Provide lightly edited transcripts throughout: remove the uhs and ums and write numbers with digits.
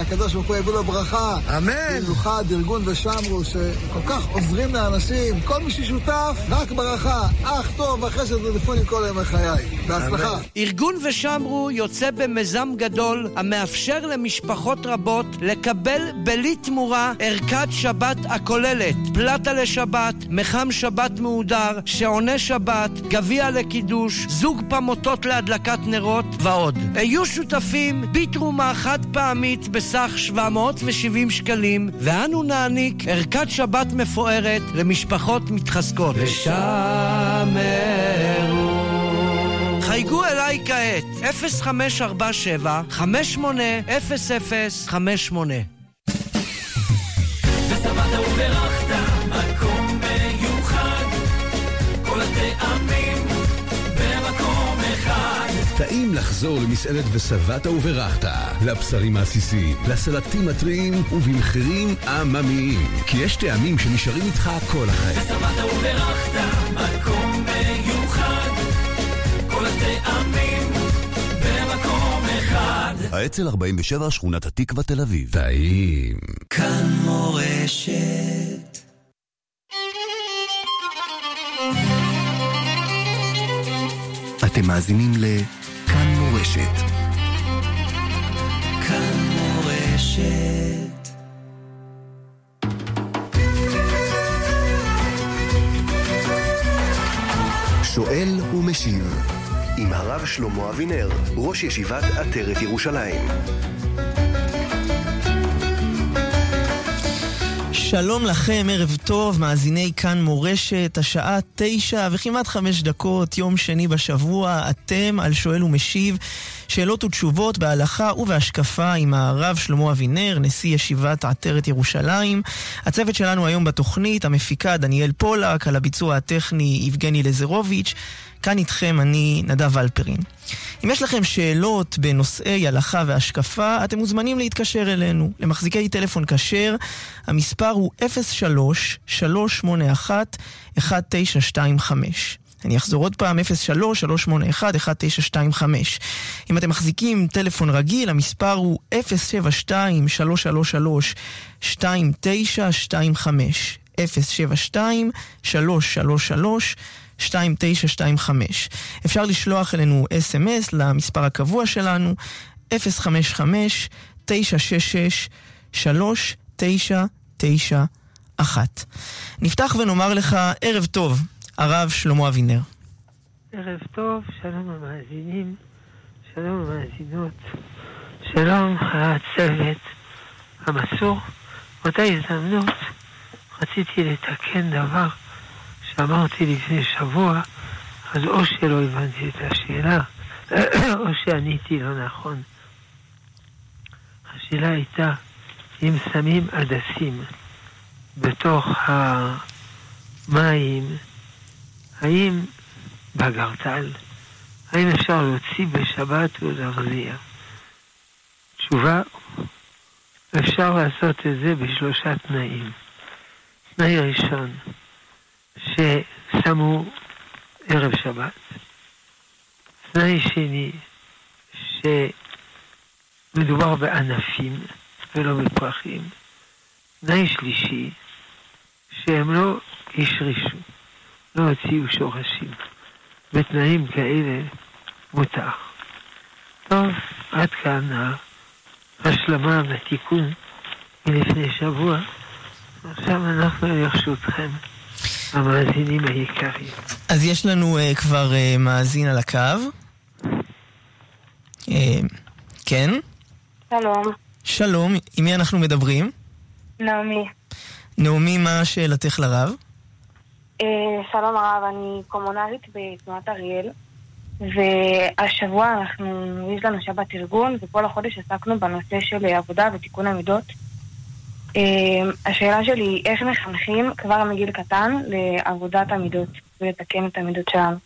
הקדוש ברוך הוא יביא לו ברכה. אמן. במיוחד ארגון ושמרו שכל כך עוזרים לאנשים, כל מי ששותף, רק ברכה. אך טוב וחסד ודפוני כל ימי חיי. בהצלחה. ארגון ושמרו יוצא במיזם גדול המאפשר למשפחות רבות לקבל בלי תמורה ערכת שבת הכוללת פלטה לשבת, מחם שבת מהודר, שעוני שבת, גביע לקידוש, זוג פמוטות להדלקת נרות ועוד. היו שותפים בתרומה חד פעמית בסך 770 שקלים, ואנו נעניק ערכת שבת מפוארת למשפחות מתחזקות. ושמרו. חייגו אליי כעת 0547 580058. ושבעת וברכת מקום מיוחד, כל הטעמים במקום אחד. טעים לחזור למסעדת ושבעת וברכת, לבשרים העסיסיים, לסלטים הטריים ובמחירים עממיים, כי יש טעמים שנשארים איתך כל החיים. ושבעת וברכת מקום מיוחד, כל הטעמים במקום אחד. האצ"ל 47 שכונת התקווה תל אביב. טעים. כאן מורשת. אתם מאזינים לכאן מורשת. כאן מורשת. שואל ומשיב עם הרב שלמה אבינר, ראש ישיבת עטרת ירושלים. שלום לכם, ערב טוב, מאזיני כאן מורשת, השעה 9 וכמעט 5 דקות, יום שני בשבוע, אתם על שואל ומשיב, שאלות ותשובות בהלכה ובהשקפה עם הרב שלמה אבינר, נשיא ישיבת עטרת ירושלים. הצוות שלנו היום בתוכנית, המפיקה דניאל פולק, על הביצוע הטכני יבגני לזרוביץ', כאן איתכם אני נדב אלפרין. אם יש לכם שאלות בנושאי הלכה והשקפה, אתם מוזמנים להתקשר אלינו. למחזיקי טלפון כשר, המספר הוא 03-381-1925. אני אחזור עוד פעם, 03-381-1925. אם אתם מחזיקים טלפון רגיל, המספר הוא 072-333-2925. 072-333-2925. אפשר לשלוח אלינו SMS למספר הקבוע שלנו 055-966-3991. נפתח ונאמר לך ערב טוב, הרב שלמה אבינר. ערב טוב, שלום המאזינים, שלום המאזינות, שלום הצוות המסור. באותה הזדמנות רציתי לתקן דבר שאמרתי לפני שבוע, אז או שלא הבנתי את השאלה, או שעניתי לא נכון. השאלה הייתה, אם שמים עדסים בתוך המים, האם בגרטל, האם אפשר להוציא בשבת ולהחזיר? תשובה, אפשר לעשות את זה בשלושה תנאים. תנאי ראשון, ששמו ערב שבת. תנאי שני, שמדובר בענפים ולא בפרחים. תנאי שלישי, שהם לא השרישו, לא הוציאו שורשים. בתנאים כאלה מותר. טוב, עד כאן ההשלמה והתיקון מלפני שבוע. עכשיו אנחנו לרשותכם, המאזינים היקרים. אז יש לנו כבר מאזין על הקו. כן? שלום. שלום, עם מי אנחנו מדברים? נעמי. נעמי, מה שאלתך לרב? שלום הרב, אני קומונרית בתנועת אריאל, והשבוע יש לנו שבת ארגון, וכל החודש עסקנו בנושא של עבודה ותיקון המידות. השאלה שלי היא איך מחנכים כבר מגיל קטן לעבודת המידות ולתקן את המידות שלנו.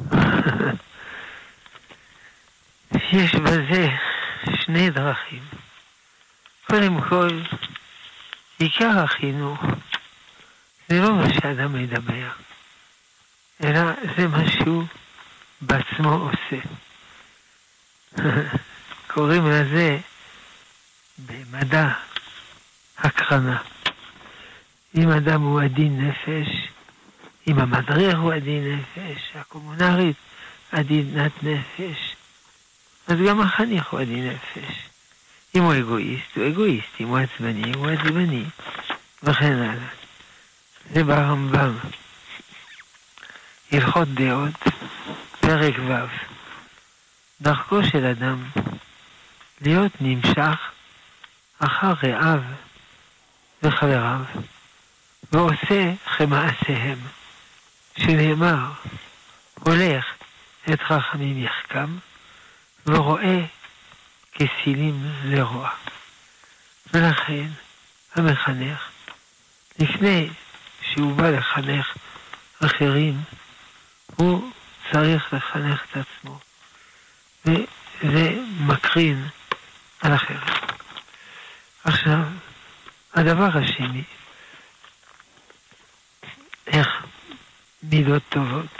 יש בזה שני דרכים. קודם כל, עיקר החינוך זה לא מה שאדם מדבר, אלא זה מה שהוא בעצמו עושה. קוראים לזה במדע הקרנה. אם אדם הוא עדין נפש, אם המדריך הוא עדין נפש, הקומונרית עדינת נפש, אז גם החניך הוא עדין נפש. אם הוא אגואיסט, הוא אגואיסט. אם הוא עצבני, הוא עצבני. וכן הלאה. זה ברמב"ם. הלכות דעות, פרק ו'. דרכו של אדם להיות נמשך אחר רעיו וחבריו, ועושה כמעשיהם, שנאמר, הולך את חכמים יחכם, ורואה כסילים לרוע. ולכן המחנך, לפני שהוא בא לחנך אחרים, הוא צריך לחנך את עצמו, וזה מקרין על אחרים. עכשיו, הדבר השני, איך מידות טובות,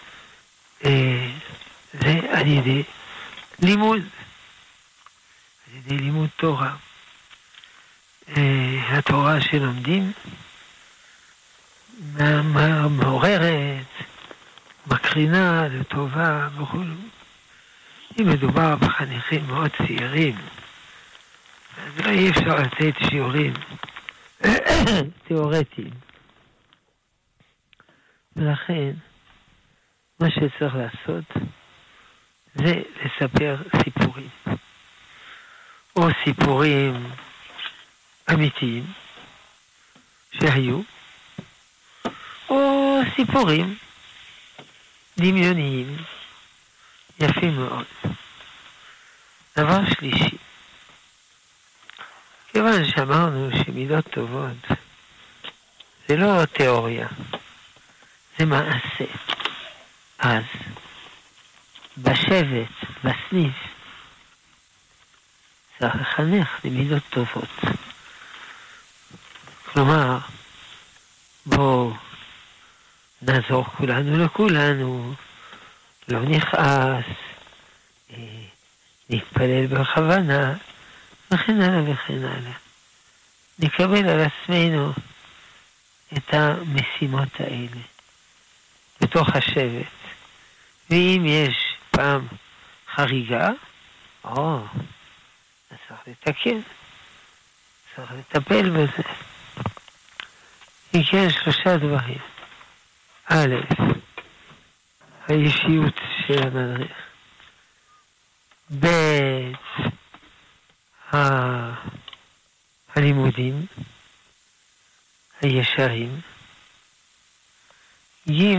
זה על ידי לימוד, על ידי לימוד תורה. התורה שלומדים מעוררת, מקרינה לטובה וכו'. אם מדובר בחניכים מאוד צעירים, אז לא אי אפשר לתת שיעורים תיאורטיים. ולכן, מה שצריך לעשות זה לספר סיפורים. או סיפורים אמיתיים שהיו, או סיפורים דמיוניים יפים מאוד. דבר שלישי, כיוון שאמרנו שמידות טובות זה לא תיאוריה, זה מעשה. אז בשבט, בסניף, צריך לחנך למידות טובות. כלומר, בואו נעזור כולנו לכולנו, לא נכעס, נתפלל בכוונה, וכן הלאה וכן הלאה. נקבל על עצמנו את המשימות האלה בתוך השבט. ואם יש פעם חריגה, אז צריך לתקן, צריך לטפל בזה. וכן, 3 דברים. א', האישיות של המדריך. ב', הלימודים הישרים. ג',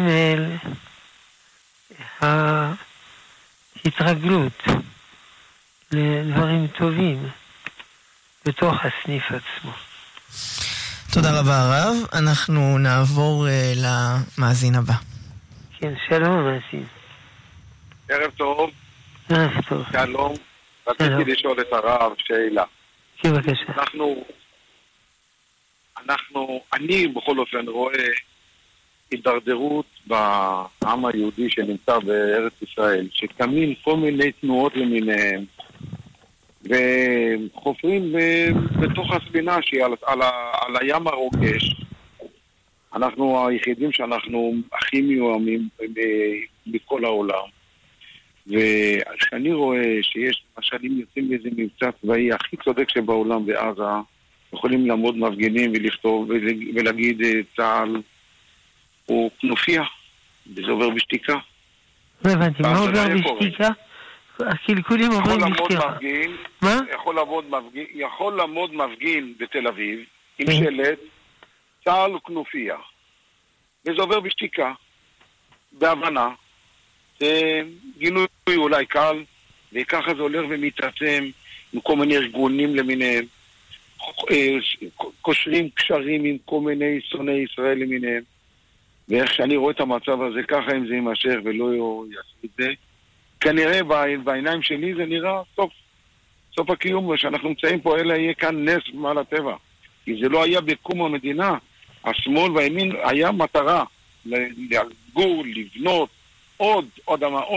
ההתרגלות לדברים טובים בתוך הסניף עצמו. תודה רבה הרב. אנחנו נעבור למאזין הבא. כן, שלום המאזין. ערב טוב. ערב טוב. שלום. רציתי לשאול את הרב שאלה. כן, בבקשה. אני בכל אופן רואה הידרדרות בעם היהודי שנמצא בארץ ישראל, שקמים כל מיני תנועות למיניהם, וחופרים בתוך הספינה שהיא על הים הרוגש. אנחנו היחידים שאנחנו הכי מיועמים בכל העולם. וכשאני רואה שיש למשלים יוצאים באיזה מבצע צבאי הכי צודק שבעולם בעזה, יכולים לעמוד מפגינים ולכתוב ולהגיד צה"ל הוא כנופיה, וזה עובר בשתיקה. לא הבנתי, מה עובר בשתיקה? הקלקולים עוברים בשתיקה. מה? יכול לעמוד מפגין בתל אביב עם שלט צה"ל הוא כנופיה, וזה עובר בשתיקה, בהבנה. זה גינוי אולי קל, וככה זה הולך ומתעצם עם כל מיני ארגונים למיניהם, קושרים קשרים עם כל מיני שונאי ישראל למיניהם. ואיך שאני רואה את המצב הזה, ככה אם זה יימשך ולא יעשו את זה, כנראה בעיניים שלי זה נראה סוף הקיום שאנחנו נמצאים פה, אלא יהיה כאן נס מעל הטבע. כי זה לא היה בקום המדינה. השמאל והימין היה מטרה לגור, לבנות עוד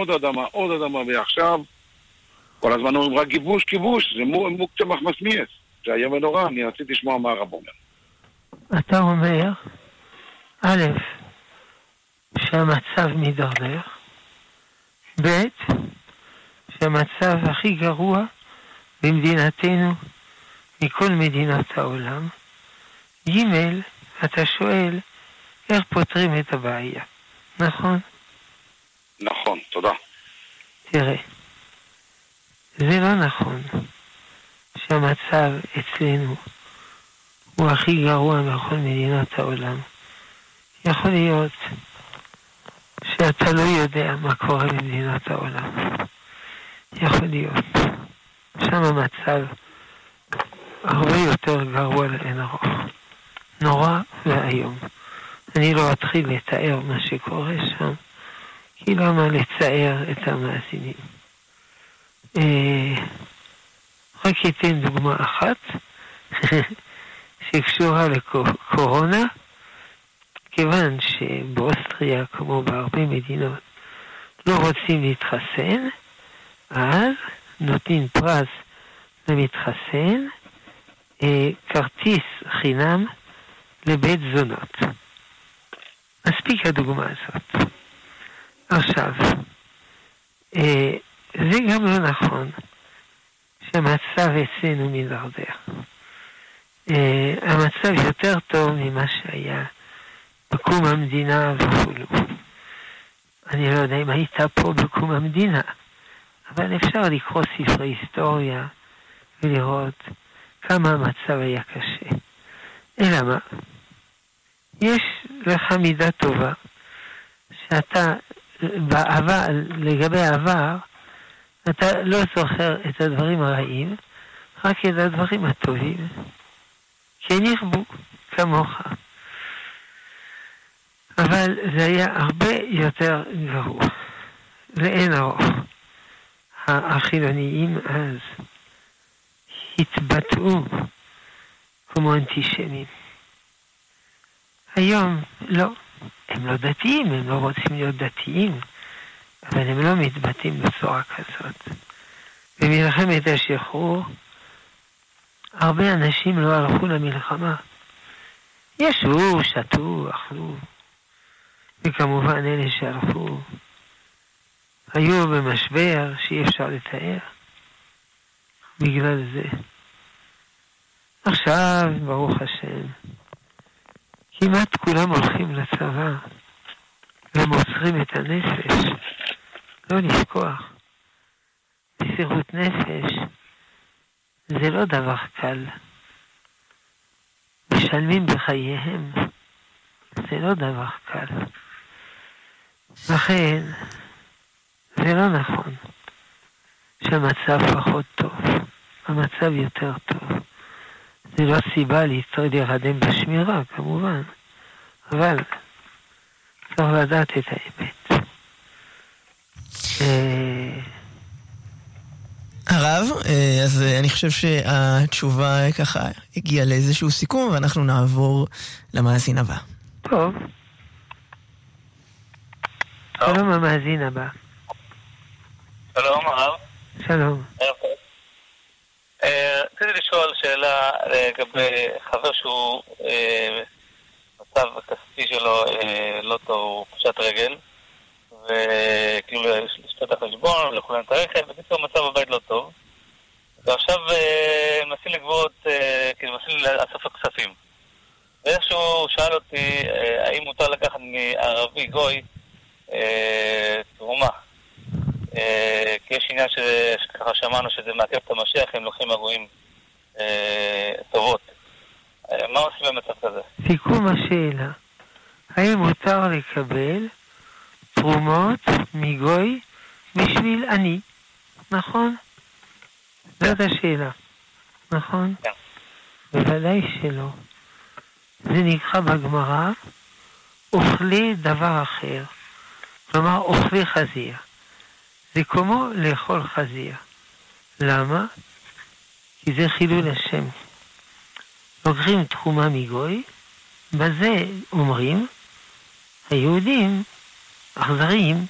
אדמה, ועכשיו כל הזמן אומרים רק כיבוש, זה מוקצה מחמס מייס. זה איום ונורא, אני רציתי לשמוע מה הרב אומר. אתה אומר, א', שהמצב מדרדר, ב', שהמצב הכי גרוע במדינתנו מכל מדינות העולם, ג', אתה שואל איך פותרים את הבעיה, נכון? נכון, תודה. תראה, זה לא נכון שהמצב אצלנו הוא הכי גרוע מכל מדינות העולם. יכול להיות שאתה לא יודע מה קורה במדינות העולם. יכול להיות. שם המצב הרבה יותר גרוע לאין ארוך. נורא והיום. אני לא אתחיל לתאר מה שקורה שם, כי למה לצער את המאזינים. רק אתן דוגמה אחת שקשורה לקורונה, כיוון שבאוסטריה, כמו בהרבה מדינות, לא רוצים להתחסן, אז נותנים פרס למתחסן, כרטיס חינם לבית זונות. מספיק הדוגמה הזאת. עכשיו, זה גם לא נכון שהמצב אצלנו מדרדר. המצב יותר טוב ממה שהיה בקום המדינה וכולו. אני לא יודע אם היית פה בקום המדינה, אבל אפשר לקרוא ספרי היסטוריה ולראות כמה המצב היה קשה. אלא מה? יש לך מידה טובה שאתה בעבר, לגבי העבר, אתה לא זוכר את הדברים הרעים, רק את הדברים הטובים, כן ירבו כמוך. אבל זה היה הרבה יותר גרוע, לאין ארוך. החילוניים אז התבטאו כמו אנטישמים. היום לא. הם לא דתיים, הם לא רוצים להיות דתיים, אבל הם לא מתבטאים בצורה כזאת. במלחמת השחרור, הרבה אנשים לא הלכו למלחמה. ישבו, שתו, אכלו. וכמובן אלה שהלכו היו במשבר שאי אפשר לתאר. בגלל זה. עכשיו, ברוך השם, כמעט כולם הולכים לצבא, ומוסרים את הנפש. לא לשכוח. מסירות נפש זה לא דבר קל. משלמים בחייהם. זה לא דבר קל. לכן, זה לא נכון שהמצב פחות טוב. המצב יותר טוב. זה לא סיבה להירדם בשמירה, כמובן. אבל צריך לדעת את האמת. הרב, אז אני חושב שהתשובה ככה הגיעה לאיזשהו סיכום, ואנחנו נעבור למאזין הבא. טוב. שלום המאזין הבא. שלום הרב. שלום. רציתי לשאול שאלה לגבי חבר שהוא מצב הכספי שלו לא טוב, הוא פשט רגל, וכאילו לשתות החשבון, לכולם את הרכב, בקיצור מצב הבית לא טוב, ועכשיו מנסים לגבות, כאילו מנסים לאסוף הכספים. ואיכשהו שאל אותי האם מותר לקחת מערבי גוי תרומה, כי יש עניין שככה שמענו שזה מעכב את המשיח, הם לוקחים הגויים טובות. מה עושים במצב כזה? סיכום השאלה, האם מותר לקבל תרומות מגוי בשביל אני? נכון? זאת השאלה. נכון? כן. בוודאי שלא. זה נקרא בגמרא אוכלי דבר אחר. כלומר אוכלי חזיר. זה כמו לאכול חזיר. למה? כי זה חילול השם. לוקחים תרומה מגוי, בזה אומרים, היהודים אכזריים,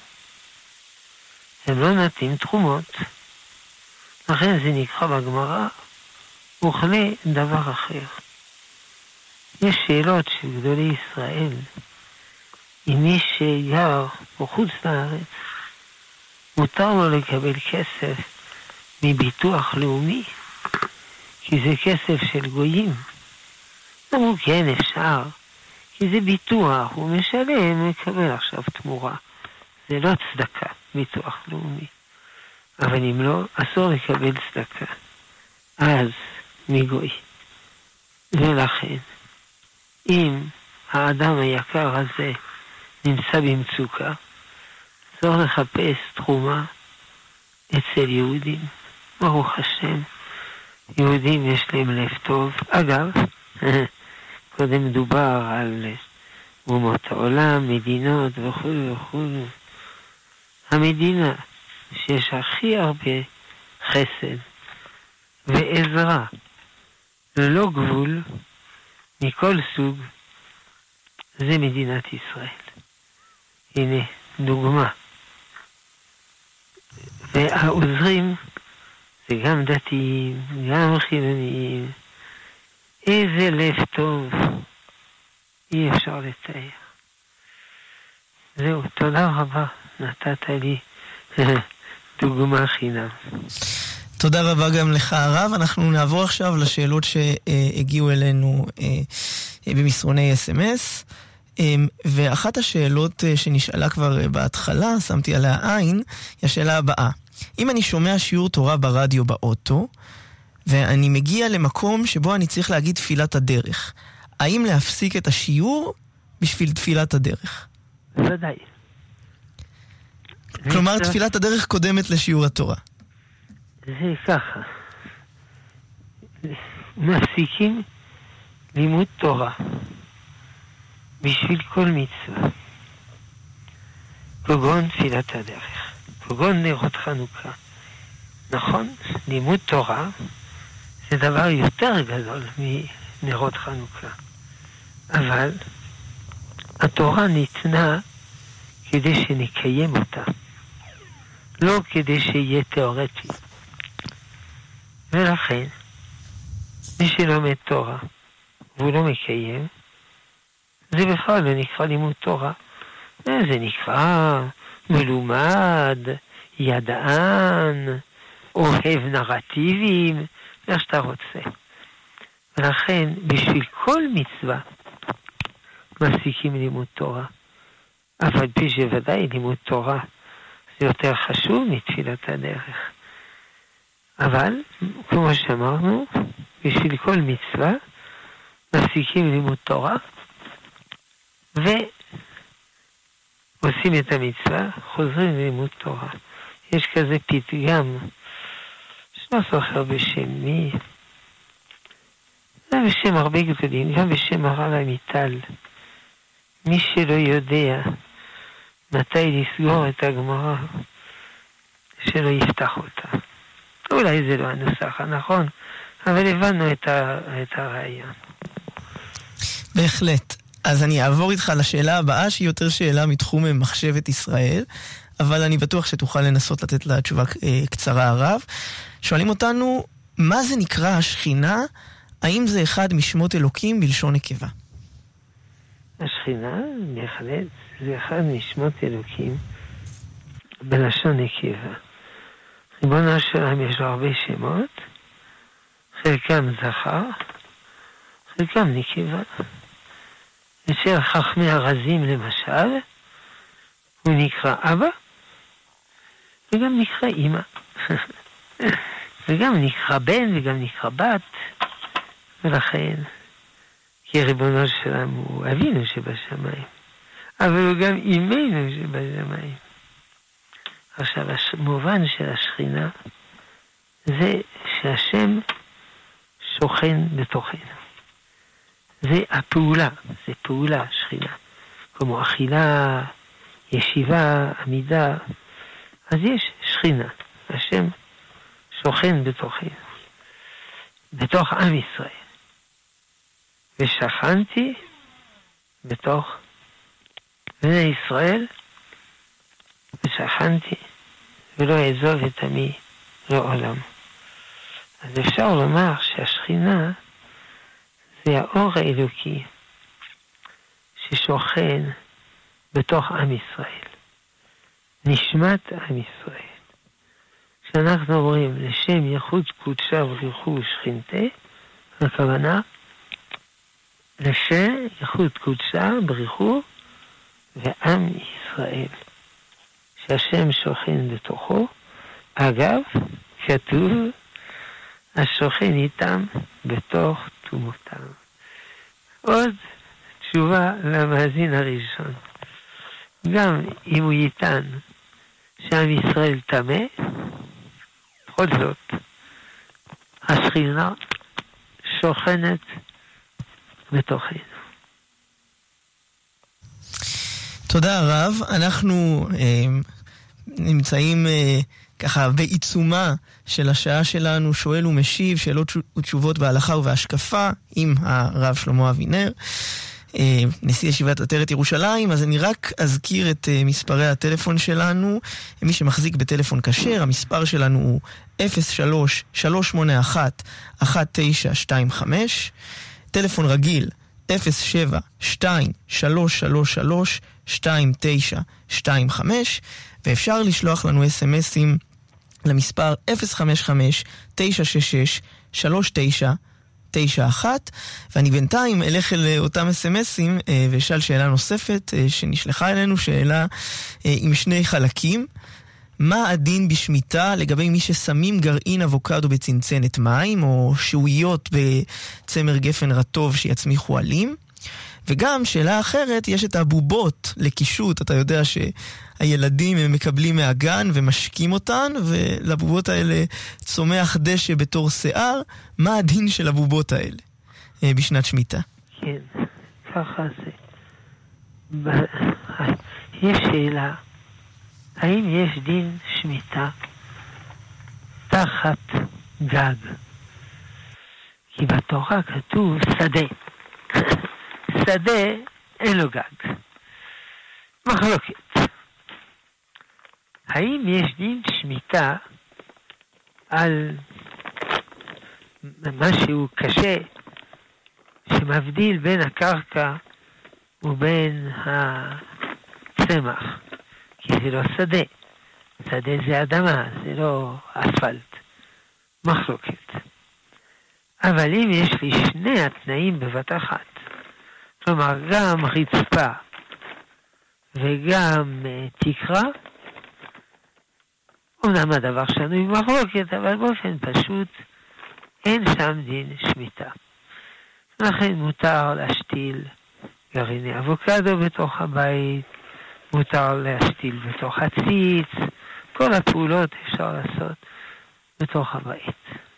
הם לא נותנים תרומות. לכן זה נקרא בגמרא, וכלה דבר אחר. יש שאלות של גדולי ישראל, אם מי שגר בחוץ לארץ, מותר לו לקבל כסף מביטוח לאומי, כי זה כסף של גויים. אמרו כן אפשר, כי זה ביטוח, הוא משלם, מקבל עכשיו תמורה. זה לא צדקה, ביטוח לאומי. אבל אם לא, אסור לקבל צדקה. אז מגוי. ולכן, אם האדם היקר הזה נמצא במצוקה, צריך לחפש תרומה אצל יהודים. ברוך השם, יהודים יש להם לב טוב. אגב, קודם מדובר על אומות העולם, מדינות וכו' וכו'. המדינה שיש הכי הרבה חסד ועזרה ללא גבול מכל סוג, זה מדינת ישראל. הנה דוגמה. והעוזרים זה גם דתיים, גם חילוניים. איזה לב טוב, אי אפשר לתאר. זהו, תודה רבה, נתת לי דוגמה חינם. תודה רבה גם לך הרב. אנחנו נעבור עכשיו לשאלות שהגיעו אלינו במסרוני SMS, ואחת השאלות שנשאלה כבר בהתחלה, שמתי עליה עין, היא השאלה הבאה. אם אני שומע שיעור תורה ברדיו באוטו, ואני מגיע למקום שבו אני צריך להגיד תפילת הדרך, האם להפסיק את השיעור בשביל תפילת הדרך? ודאי. כלומר, תפילת הדרך קודמת לשיעור התורה. זה ככה. מפסיקים לימוד תורה בשביל כל מצווה. כגון תפילת הדרך, כגון נרות חנוכה. נכון, לימוד תורה זה דבר יותר גדול מנרות חנוכה. אבל התורה ניתנה כדי שנקיים אותה, לא כדי שיהיה תיאורטי. ולכן, מי שלומד תורה והוא לא מקיים, זה בכלל לא נקרא לימוד תורה. זה נקרא מלומד, ידען, אוהב נרטיבים, איך שאתה רוצה. ולכן, בשביל כל מצווה, מפסיקים לימוד תורה. אבל פי שוודאי לימוד תורה זה יותר חשוב מתפילת הדרך. אבל, כמו שאמרנו, בשביל כל מצווה, מפסיקים לימוד תורה, ועושים את המצווה, חוזרים ללימוד תורה. יש כזה פתגם, שלא זוכר בשם מי, זה בשם הרבה גדולים, גם בשם הרב עמיטל. מי שלא יודע מתי לסגור את הגמרא, שלא יפתח אותה. אולי זה לא הנוסח הנכון, אבל הבנו את הרעיון. בהחלט. אז אני אעבור איתך לשאלה הבאה, שהיא יותר שאלה מתחום מחשבת ישראל, אבל אני בטוח שתוכל לנסות לתת לה תשובה קצרה הרב. שואלים אותנו, מה זה נקרא השכינה? האם זה אחד משמות אלוקים בלשון נקבה? השכינה, בהחלט, זה אחד משמות אלוקים בלשון נקבה. ריבונו של עולם יש לו הרבה שמות, חלקם זכר, חלקם נקבה. אצל חכמי הרזים למשל, הוא נקרא אבא, וגם נקרא אמא. וגם נקרא בן וגם נקרא בת, ולכן, כי ריבונו שלם הוא אבינו שבשמיים, אבל הוא גם אמנו שבשמיים. עכשיו, המובן של השכינה זה שהשם שוכן בתוכנו. זה הפעולה, זה פעולה, שכינה. כמו אכילה, ישיבה, עמידה. אז יש שכינה, השם שוכן בתוכנו, בתוך עם ישראל. ושכנתי בתוך בני ישראל, ושכנתי ולא אעזוב את עמי לעולם. אז אפשר לומר שהשכינה זה האור האלוקי ששוכן בתוך עם ישראל. נשמת עם ישראל. כשאנחנו אומרים לשם ייחוד קודשה ובריחו שכינתה, הכוונה לשם ייחוד קודשה בריחו ועם ישראל. שהשם שוכן בתוכו. אגב, כתוב השוכן איתם בתוך תומותם. עוד תשובה למאזין הראשון. גם אם הוא יטען שעם ישראל טמא, בכל זאת, השכינה שוכנת בתוכנו. תודה רב. אנחנו נמצאים ככה בעיצומה של השעה שלנו, שואל ומשיב, שאלות ותשובות בהלכה ובהשקפה, עם הרב שלמה אבינר, נשיא ישיבת עטרת ירושלים. אז אני רק אזכיר את מספרי הטלפון שלנו. מי שמחזיק בטלפון כשר, המספר שלנו הוא 03-381-1925, טלפון רגיל 07-2333-2925, ואפשר לשלוח לנו אס-אמסים למספר 055-966-3991, ואני בינתיים אלך אל אותם אס-אמסים ושאל שאלה נוספת שנשלחה אלינו, שאלה עם שני חלקים. מה הדין בשמיטה לגבי מי ששמים גרעין אבוקדו בצנצנת מים, או שהויות בצמר גפן רטוב שיצמיחו עלים? וגם שאלה אחרת, יש את הבובות לקישוט. אתה יודע שהילדים הם מקבלים מהגן ומשקים אותן, ולבובות האלה צומח דשא בתור שיער. מה הדין של הבובות האלה בשנת שמיטה? כן, ככה זה. יש שאלה, האם יש דין שמיטה תחת גג? כי בתורה כתוב שדה. שדה אין לו גג. מחלוקת. האם יש דין שמיטה על משהו קשה שמבדיל בין הקרקע ובין הצמח? כי זה לא שדה. שדה זה אדמה, זה לא אספלט. מחלוקת. אבל אם יש לי שני התנאים בבת אחת, כלומר גם רצפה וגם תקרה, אומנם הדבר שלנו עם מחלוקת, אבל באופן פשוט אין שם דין שמיטה. לכן מותר להשתיל גרעיני אבוקדו בתוך הבית, מותר להשתיל בתוך הציץ, כל הפעולות אפשר לעשות בתוך הבית.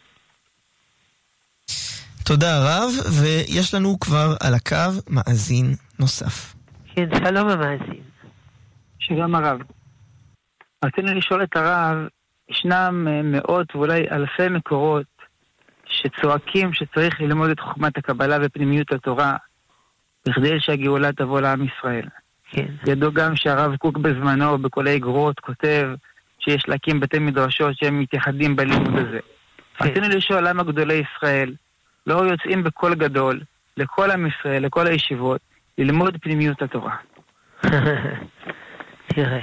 תודה רב, ויש לנו כבר על הקו מאזין נוסף. כן, שלום המאזין. שלום הרב. רצינו לשאול את הרב, ישנם מאות ואולי אלפי מקורות שצועקים שצריך ללמוד את חוכמת הקבלה ופנימיות התורה בכדי שהגאולה תבוא לעם ישראל. כן. ידעו גם שהרב קוק בזמנו בכל האגרות כותב שיש להקים בתי מדרשות שהם מתייחדים בלימוד הזה. כן. רצינו לשאול למה גדולי ישראל לא יוצאים בקול גדול לכל עם ישראל, לכל הישיבות, ללמוד פנימיות התורה. תראה,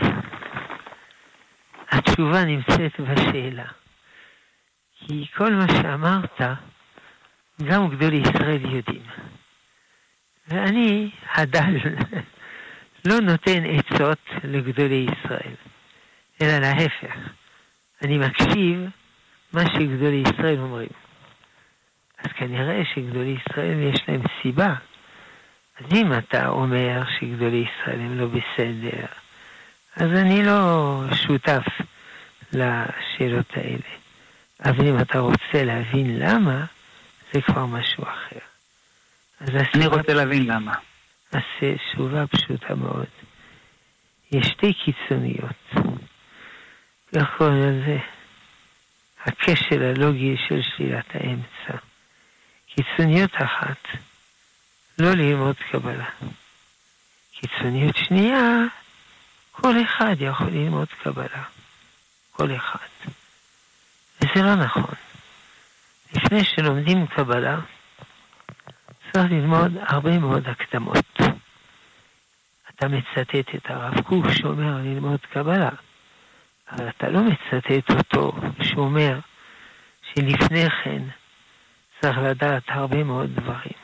התשובה נמצאת בשאלה. כי כל מה שאמרת, גם גדולי ישראל יודעים. ואני, הדל, לא נותן עצות לגדולי ישראל, אלא להפך. אני מקשיב מה שגדולי ישראל אומרים. אז כנראה שגדולי ישראל יש להם סיבה. אז אם אתה אומר שגדולי ישראל הם לא בסדר, אז אני לא שותף לשאלות האלה. אבל אם אתה רוצה להבין למה, זה כבר משהו אחר. אני רוצה להבין למה. אז תשובה פשוטה מאוד. יש שתי קיצוניות. איך קוראים לזה? הכשל הלוגי של שלילת האמצע. קיצוניות אחת, לא ללמוד קבלה. קיצוניות שנייה, כל אחד יכול ללמוד קבלה. כל אחד. וזה לא נכון. לפני שלומדים קבלה, צריך ללמוד הרבה מאוד הקדמות. אתה מצטט את הרב קוק שאומר ללמוד קבלה, אבל אתה לא מצטט אותו שאומר שלפני כן צריך לדעת הרבה מאוד דברים.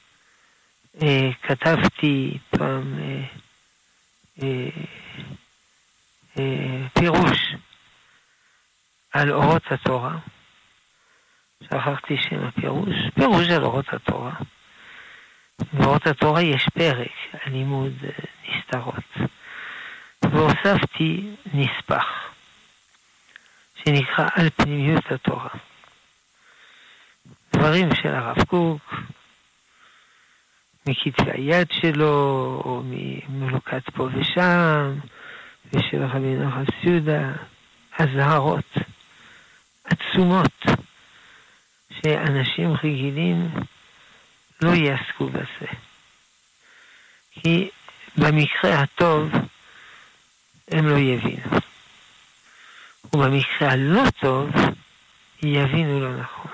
כתבתי פעם פירוש על אורות התורה. שכחתי שם הפירוש, פירוש על אורות התורה. באורות התורה יש פרק על לימוד נסתרות. והוספתי נספח שנקרא על פנימיות התורה. דברים של הרב קוק, מכתבי היד שלו, או ממלוקת פה ושם, ושל רבינו חסיודה, הזהרות עצומות, שאנשים רגילים לא יעסקו בזה. כי במקרה הטוב הם לא יבינו. ובמקרה הלא טוב יבינו לא נכון.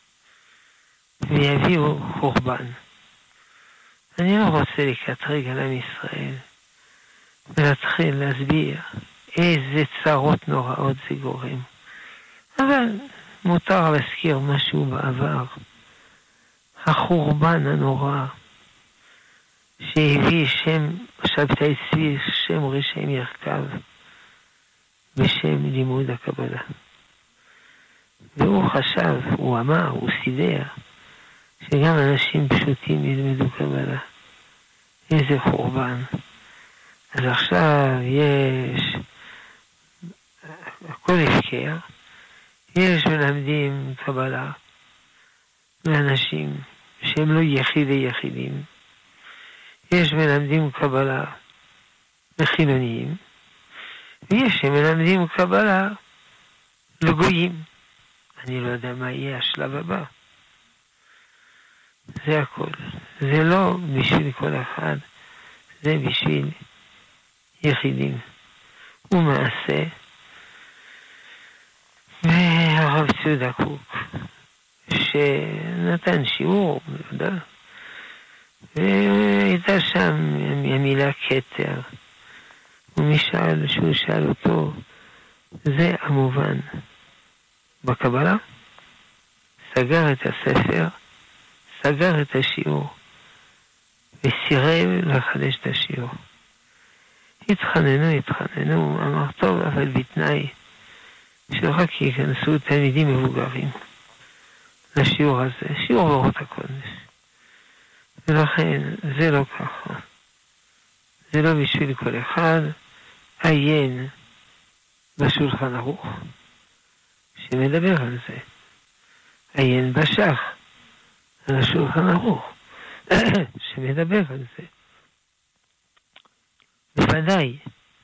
ויביאו חורבן. אני לא רוצה לקטרג על עם ישראל ולהתחיל להסביר איזה צרות נוראות זה גורם. אבל מותר להזכיר משהו בעבר. החורבן הנורא שהביא שם שבתאי צבי, שם רשעים ירכב, בשם לימוד הקבלה. והוא חשב, הוא אמר, הוא סידר, שגם אנשים פשוטים ילמדו קבלה. איזה חורבן. אז עכשיו יש, הכל הפקר, יש מלמדים קבלה לאנשים שהם לא יחידים. יש מלמדים קבלה לחילוניים, ויש שמלמדים קבלה לגויים. אני לא יודע מה יהיה השלב הבא. זה הכל. זה לא בשביל כל אחד, זה בשביל יחידים. ומעשה, והרב ציודה קוק, שנתן שיעור, לא יודע, והייתה שם המילה כתר, שהוא שאל אותו, זה המובן בקבלה? סגר את הספר, סגר את השיעור, וסירב לחדש את השיעור. התחננו, אמר טוב, אבל בתנאי שרק ייכנסו תלמידים מבוגרים לשיעור הזה, שיעור אורות הקודש. ולכן זה לא ככה. זה לא בשביל כל אחד. עיין בשולחן ערוך שמדבר על זה. עיין בשח על השולחן ערוך שמדבר על זה. בוודאי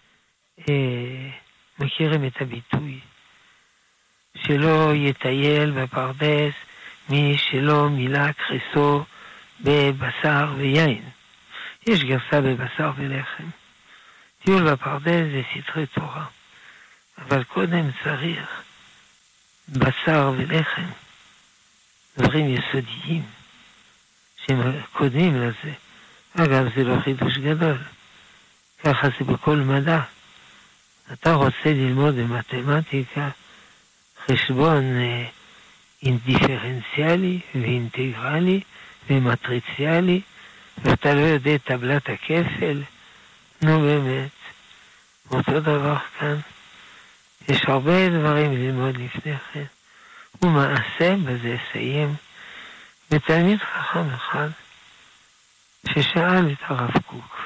מכירים את הביטוי שלא יטייל בפרדס מי שלא מילא קריסו בבשר ויין. יש גרסה בבשר ולחם. טיול בפרדס זה סתרי תורה. אבל קודם צריך בשר ולחם. דברים יסודיים שהם קודמים לזה. אגב, זה לא חידוש גדול. ככה זה בכל מדע. אתה רוצה ללמוד במתמטיקה חשבון דיפרנציאלי ואינטגרלי ומטריציאלי, ואתה לא יודע טבלת הכפל. נו באמת, אותו דבר כאן. יש הרבה דברים ללמוד לפני כן. ומעשה, בזה אסיים, ותלמיד חכם אחד ששאל את הרב קוק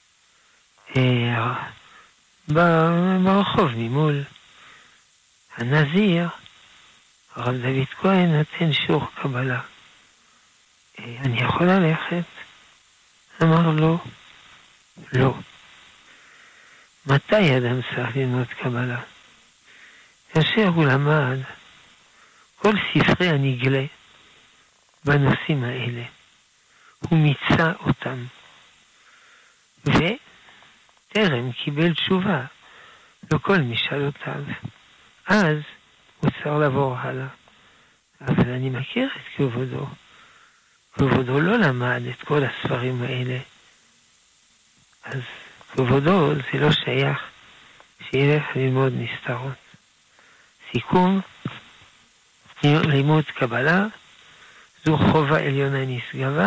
ברחוב ממול, הנזיר, הרב דוד כהן נתן שיעור קבלה. אני יכול ללכת? אמר לו, לא. מתי אדם צריך ללמוד קבלה? כאשר הוא למד כל ספרי הנגלה בנושאים האלה. הוא מיצה אותם. וטרם קיבל תשובה לכל משאלותיו. אז הוא צריך לעבור הלאה. אבל אני מכיר את כבודו. כבודו לא למד את כל הספרים האלה. אז כבודו זה לא שייך שילך ללמוד נסתרות. סיכום, לימוד קבלה, זו חובה עליונה נשגבה,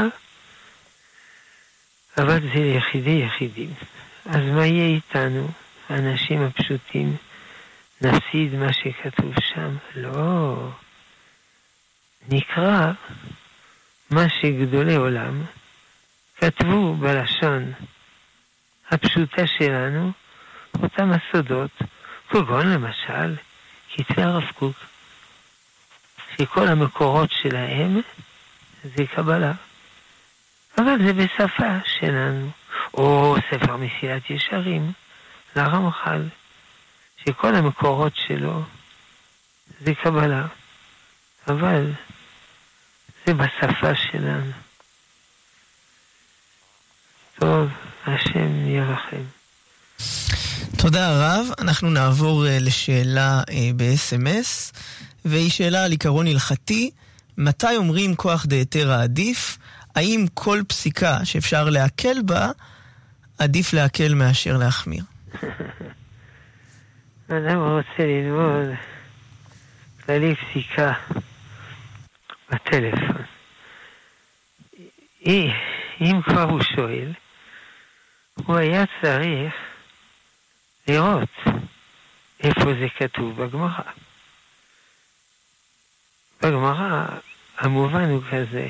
אבל זה יחידים. אז מה יהיה איתנו, האנשים הפשוטים? נפסיד מה שכתוב שם? לא. נקרא מה שגדולי עולם כתבו בלשון הפשוטה שלנו, אותם הסודות, כגון למשל, כתבי הרב קוק, שכל המקורות שלהם זה קבלה. אבל זה בשפה שלנו, או ספר מסילת ישרים, לרמח"ל, שכל המקורות שלו זה קבלה, אבל זה בשפה שלנו. טוב, השם ירחם. תודה הרב. אנחנו נעבור לשאלה ב-SMS, והיא שאלה על עיקרון הלכתי. מתי אומרים כוח דהיתרא עדיף? האם כל פסיקה שאפשר להקל בה, עדיף להקל מאשר להחמיר? אדם רוצה ללמוד כללי פסיקה בטלפון. אם כבר הוא שואל, הוא היה צריך לראות איפה זה כתוב בגמרא. בגמרא המובן הוא כזה,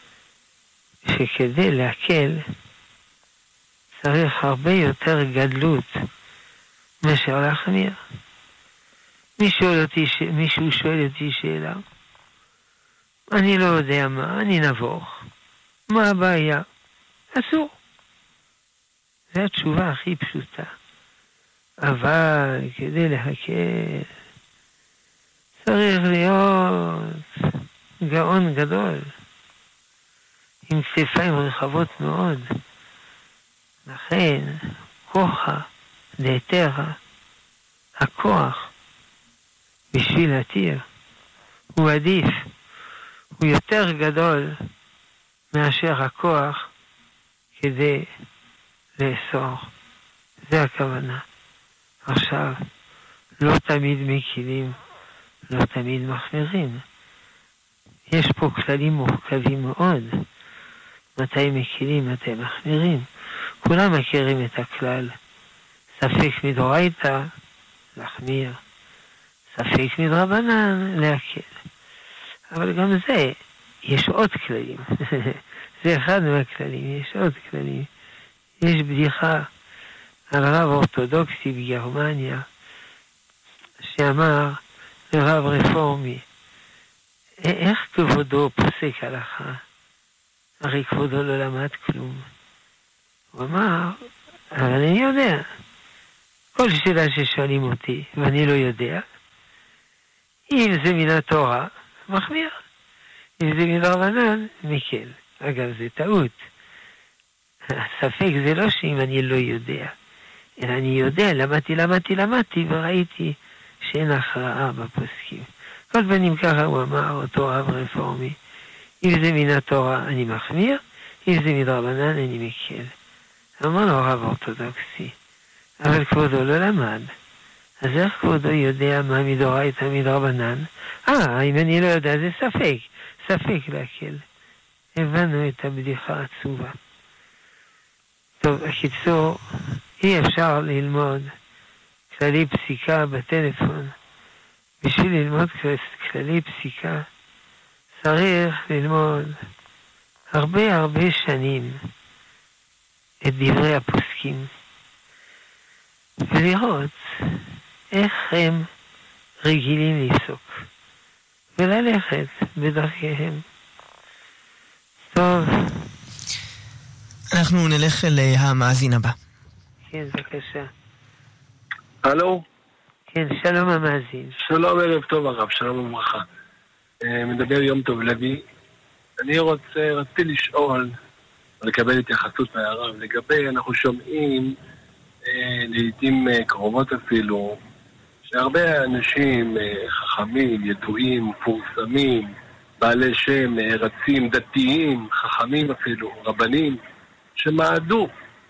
שכדי להקל צריך הרבה יותר גדלות מאשר להחמיר. מישהו שואל אותי שאלה, אני לא יודע מה, אני נבוך. מה הבעיה? אסור. זו התשובה הכי פשוטה. אבל כדי להקל צריך להיות גאון גדול, עם כתפיים רחבות מאוד. לכן, כוחה דהיתרא, הכוח בשביל להתיר, הוא עדיף, הוא יותר גדול מאשר הכוח כדי לאסור. זה הכוונה. עכשיו, לא תמיד מקילים, לא תמיד מחמירים. יש פה כללים מורכבים מאוד. מתי מקילים, מתי מחמירים. כולם מכירים את הכלל. ספק מדאורייתא, להחמיר. ספק מדרבנן, להקל. אבל גם זה, יש עוד כללים. זה אחד מהכללים, יש עוד כללים. יש בדיחה על רב אורתודוקסי בגרמניה, שאמר לרב רפורמי, איך כבודו פוסק הלכה? הרי כבודו לא למד כלום. הוא אמר, אבל אני יודע. כל שאלה ששואלים אותי, ואני לא יודע, אם זה מן התורה, מחמיר. אם זה מן רבנן, מקל. אגב, זה טעות. הספק זה לא שאם אני לא יודע, אלא אני יודע, למדתי, וראיתי שאין הכרעה בפוסקים. כל פנים ככה הוא אמר, אותו רב רפורמי, אם זה מן התורה אני מחמיר, אם זה מדרבנן אני מקל. אמר לו רב אורתודוקסי, אבל כבודו לא למד. אז איך כבודו יודע מה מדאורייתא מדרבנן? אם אני לא יודע זה ספק להקל. הבנו את הבדיחה העצובה. טוב, הקיצור, אי אפשר ללמוד כללי פסיקה בטלפון. בשביל ללמוד כללי פסיקה צריך ללמוד הרבה שנים את דברי הפוסקים ולראות איך הם רגילים לפסוק וללכת בדרכיהם. טוב, אנחנו נלך אל המאזין הבא. כן, בבקשה. הלו? כן, שלום המאזין. שלום, ערב טוב הרב, שלום וברכה. מדבר יום טוב לוי. אני רציתי לשאול, לקבל התייחסות מהרב, לגבי, אנחנו שומעים לעתים קרובות אפילו, שהרבה אנשים חכמים, ידועים, מפורסמים, בעלי שם, רצים, דתיים, חכמים אפילו, רבנים, שמעדו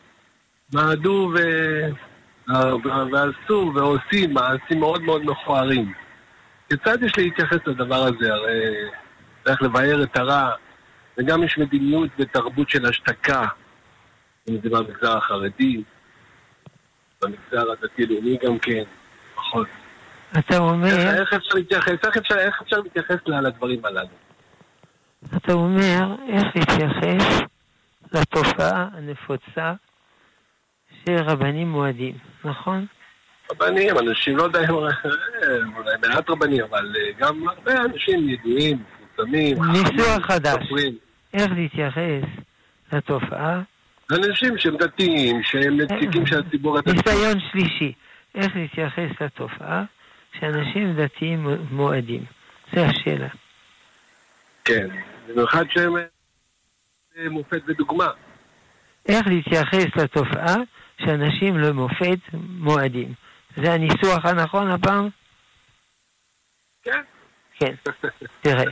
ועשו ועושים מעשים מאוד מאוד מכוערים. כיצד יש להתייחס לדבר הזה? הרי צריך לבאר את הרע, וגם יש מדיניות ותרבות של השתקה, אם זה במגזר החרדי, במגזר הדתי-לאומי גם כן, פחות. אתה אומר... איך אפשר להתייחס לדברים הללו? אתה אומר, איך להתייחס לתופעה הנפוצה של רבנים מועדים, נכון? רבנים, אנשים, לא יודע, אולי מעט רבנים, אבל גם הרבה אנשים ידועים, מפורסמים, ניסוח חדש. איך להתייחס לתופעה? אנשים שהם דתיים, שהם נציגים של הציבור הדתי. ניסיון שלישי, איך להתייחס לתופעה שאנשים דתיים מועדים? זה השאלה. כן, במיוחד שהם מופת ודוגמה. איך להתייחס לתופעה שאנשים לא מופת מועדים? זה הניסוח הנכון הפעם? כן. כן. תראה,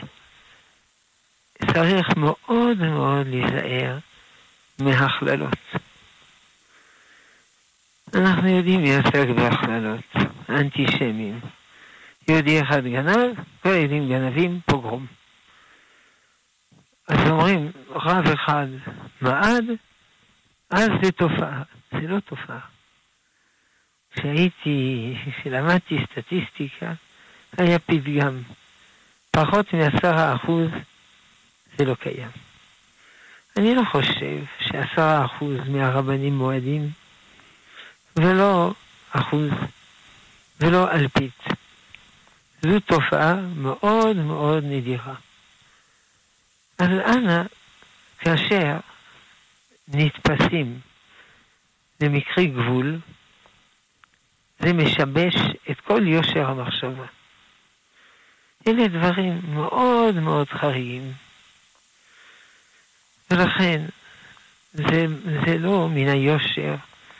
צריך מאוד מאוד להיזהר מהכללות. אנחנו יודעים מי עסק בהכללות, אנטישמים. יהודי אחד גנב, כל היהודים גנבים, פוגרום. אז אומרים, רב אחד מעד, אז זה תופעה. זה לא תופעה. כשלמדתי סטטיסטיקה, היה פתגם. פחות מ10% זה לא קיים. אני לא חושב ש10% מהרבנים מועדים, ולא 1%, ולא אלפית. זו תופעה מאוד מאוד נדירה. אז אנא, כאשר נתפסים למקרי גבול, זה משבש את כל יושר המחשבה. אלה דברים מאוד מאוד חריגים. ולכן, זה לא מן היושר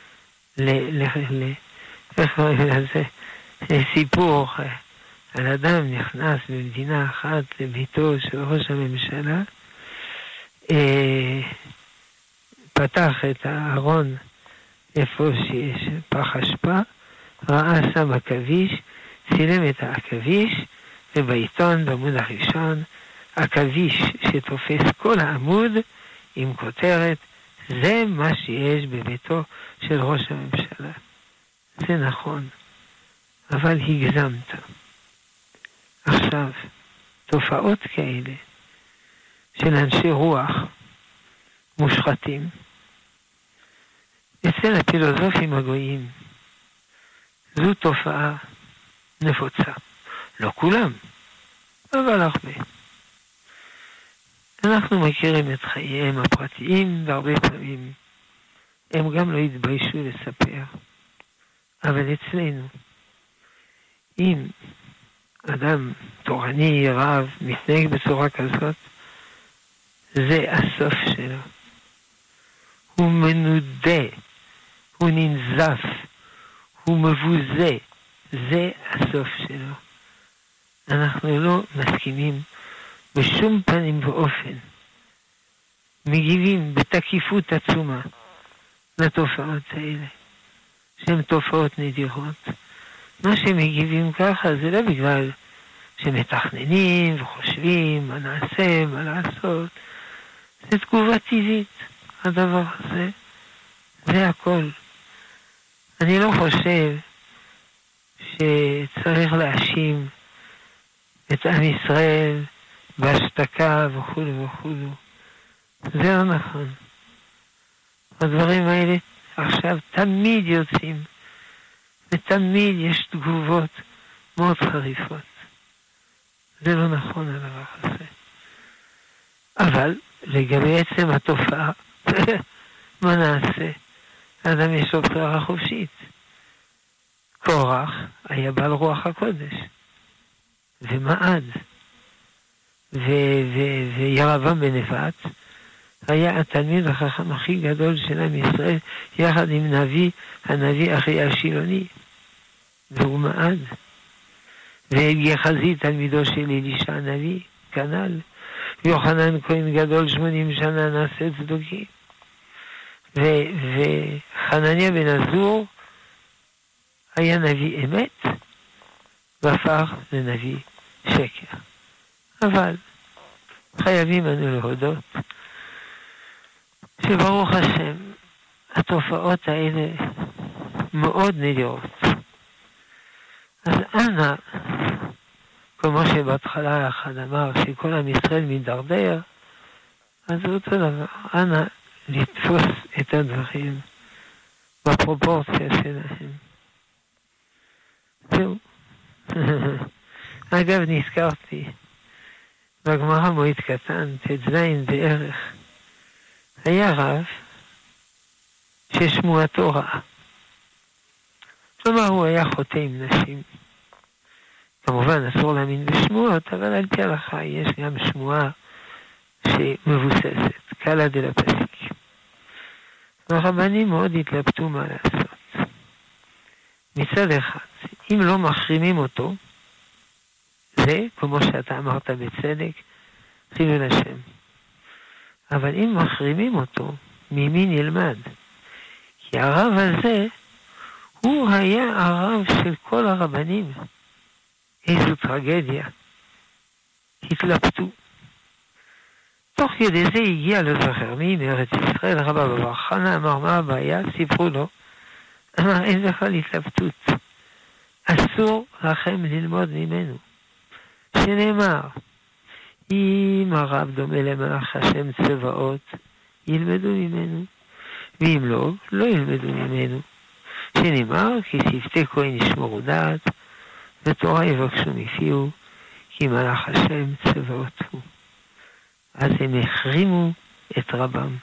איך קוראים לזה? סיפור על אדם נכנס במדינה אחת לביתו של ראש הממשלה, פתח את הארון איפה שיש פח אשפה, ראה שם עכביש, צילם את העכביש, ובעיתון בעמוד הראשון, עכביש שתופס כל העמוד עם כותרת, זה מה שיש בביתו של ראש הממשלה. זה נכון, אבל הגזמת. עכשיו, תופעות כאלה של אנשי רוח מושחתים, אצל הפילוסופים הגויים, זו תופעה נפוצה. לא כולם, אבל הרבה. אנחנו מכירים את חייהם הפרטיים, והרבה פעמים הם גם לא התביישו לספר. אבל אצלנו, אם אדם תורני, רב, מתנהג בצורה כזאת, זה הסוף שלו. הוא מנודה, הוא ננזף, הוא מבוזה, זה הסוף שלו. אנחנו לא מסכימים בשום פנים ואופן. מגיבים בתקיפות עצומה לתופעות האלה, שהן תופעות נדירות. מה שמגיבים ככה זה לא בגלל שמתכננים וחושבים מה נעשה, מה לעשות. זה תגובה טבעית, הדבר הזה. זה הכל. אני לא חושב שצריך להאשים את עם ישראל בהשתקה וכו' וכו'. זה לא נכון. הדברים האלה עכשיו תמיד יוצאים, ותמיד יש תגובות מאוד חריפות. זה לא נכון הדבר הזה. אבל לגבי עצם התופעה, מה נעשה? האדם יש לו בחירה חופשית. קורח היה בעל רוח הקודש, ומעד, וירבעם בן נבט היה התלמיד החכם הכי גדול של עם ישראל, יחד עם הנביא אחיה השילוני, והוא מעד. ויחזי תלמידו של אלישע הנביא, כנ"ל. יוחנן כהן גדול 80 שנה נעשה צדוקים. וחנניה בן עזור היה נביא אמת והפך לנביא שקר. אבל חייבים אנו להודות שברוך השם התופעות האלה מאוד נדירות. אז אנא, כמו שבהתחלה אחד אמר שכל עם ישראל מתדרדר, אז זה אותו דבר. אנא לתפוס את הדברים בפרופורציה שלהם. זהו. אגב, נזכרתי בגמרא מועד קטן, תזלין בערך, היה רב ששמועתו רעה. כלומר, הוא היה חוטא עם נשים. כמובן, אסור להאמין בשמועות, אבל על פי ההלכה יש גם שמועה שמבוססת, קלה דלפסיק. והרבנים מאוד התלבטו מה לעשות. מצד אחד, אם לא מחרימים אותו, זה, כמו שאתה אמרת בצדק, חילול השם. אבל אם מחרימים אותו, ממי נלמד? כי הרב הזה, הוא היה הרב של כל הרבנים. איזו טרגדיה. התלבטו. תוך כדי זה הגיע לזכר מי מארץ ישראל, רבא בר חנה, אמר מה הבעיה? סיפרו לו. אמר אין בכלל התלבטות. אסור לכם ללמוד ממנו. שנאמר, אם הרב דומה למלאך השם צבאות, ילמדו ממנו. ואם לא, לא ילמדו ממנו. שנאמר, כי שפתי כהן ישמורו דעת, ותורה יבקשו מפיהו, כי מלאך השם צבאות הוא. אז הם החרימו את רבם.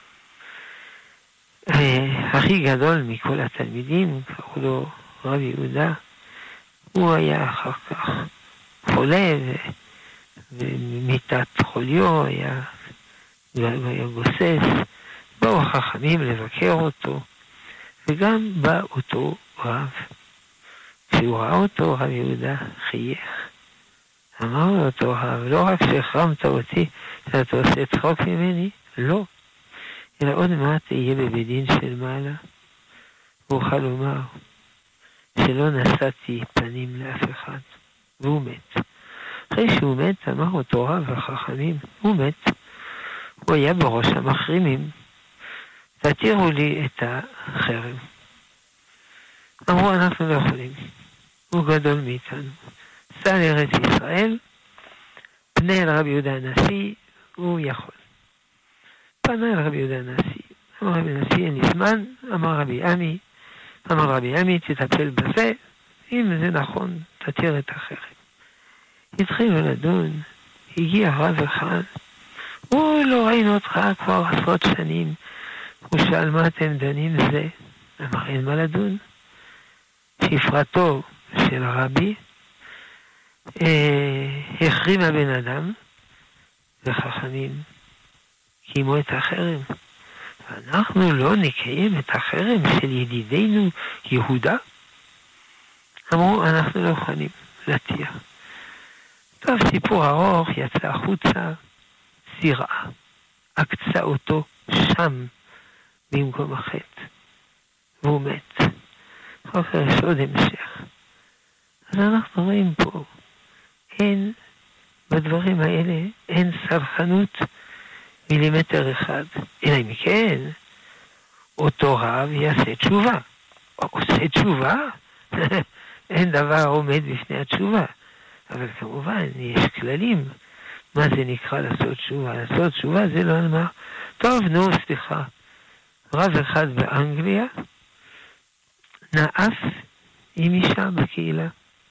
הכי גדול מכל התלמידים, קראו לו רב יהודה, הוא היה אחר כך חולה, ומיטת חוליו היה גוסס. באו החכמים לבקר אותו, וגם בא אותו רב. כשהוא ראה אותו, רב יהודה חייך. אמר לו אותו רב, לא רק שהחרמת אותי, שאתה עושה צחוק ממני, לא. אלא עוד מעט תהיה בבית דין של מעלה. הוא אוכל לומר שלא נשאתי פנים לאף אחד, והוא מת. אחרי שהוא מת, אמר אותו רב החכמים, הוא מת. הוא היה בראש המחרימים. תתירו לי את החרם. אמרו, אנחנו לא יכולים. הוא גדול מאיתנו. סע לארץ ישראל, פנה אל רבי יהודה הנשיא, הוא יכול. פנה אל רבי יהודה הנשיא. אמר רבי הנשיא, אין לי זמן. אמר רבי עמי, תטפל בזה. אם זה נכון, תתיר את החרם. התחילו לדון, הגיע רב אחד. הוא לא ראינו אותך כבר עשרות שנים. הוא שאל מה אתם דנים זה. אמר, אין מה לדון. שפרתו של הרבי החרים הבן אדם, וחכמים קיימו את החרם. ואנחנו לא נקיים את החרם של ידידינו יהודה? אמרו, אנחנו לא יכולים להתיר. טוב, סיפור ארוך, יצא החוצה, סיראה, עקצה אותו שם במקום החטא, והוא מת. אחר כך יש עוד המשך. אז אנחנו רואים פה, אין, בדברים האלה, אין סלחנות מילימטר אחד. אלא אם כן, אותו רב יעשה תשובה. עושה תשובה? אין דבר עומד בפני התשובה. אבל כמובן, יש כללים. מה זה נקרא לעשות תשובה? לעשות תשובה זה לא נאמר. טוב, נו, סליחה. רב אחד באנגליה נאף עם אישה בקהילה.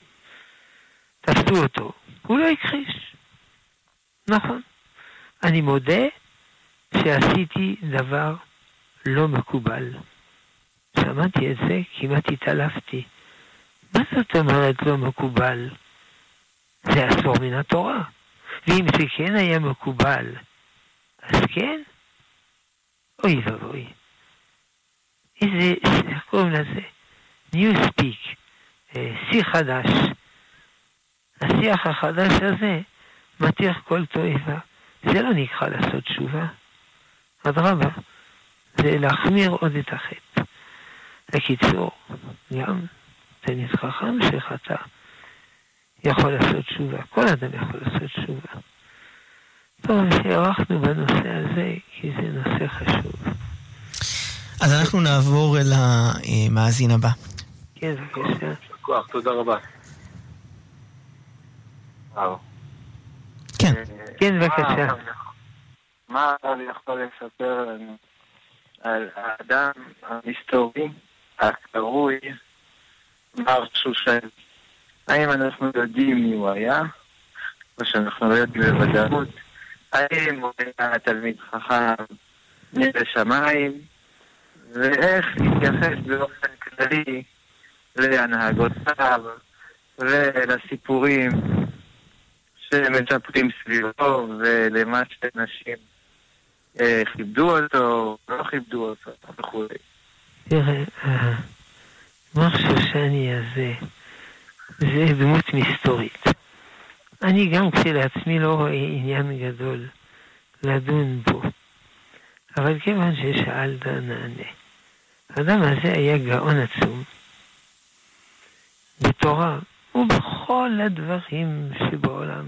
תפסו אותו. הוא לא הכחיש. נכון. אני מודה שעשיתי דבר לא מקובל. שמעתי את זה, כמעט התעלפתי. מה זאת אומרת לא מקובל? זה אסור מן התורה. ואם זה כן היה מקובל, אז כן? אוי ואוי. איזה, איך קוראים לזה? New Speak, שיח חדש. השיח החדש הזה מתיר כל תועבה. זה לא נקרא לעשות תשובה. אדרבה, זה להחמיר עוד את החטא. בקיצור, גם תלמיד חכם שחטא יכול לעשות תשובה. כל אדם יכול לעשות תשובה. טוב, שערכנו בנושא הזה, כי זה נושא חשוב. אז אנחנו נעבור אל המאזין הבא. כן, בבקשה. כוח, תודה רבה. כן. כן, בבקשה. מה אני יכול לספר לנו על האדם המסתורי, הקרוי מר שושן? האם אנחנו יודעים מי הוא היה, או שאנחנו לא יודעים בוודאות? האם הוא היה תלמיד חכם נראה שמיים, ואיך התייחס באופן כללי להנהגותיו ולסיפורים שמספרים סביבו ולמה שאנשים כיבדו אותו, לא כיבדו אותו וכו'. תראה, מר שושני הזה זה דמות מסתורית. אני גם כשלעצמי לא רואה עניין גדול לדון בו, אבל כיוון ששאלת נענה. האדם הזה היה גאון עצום בתורה ובכל הדברים שבעולם.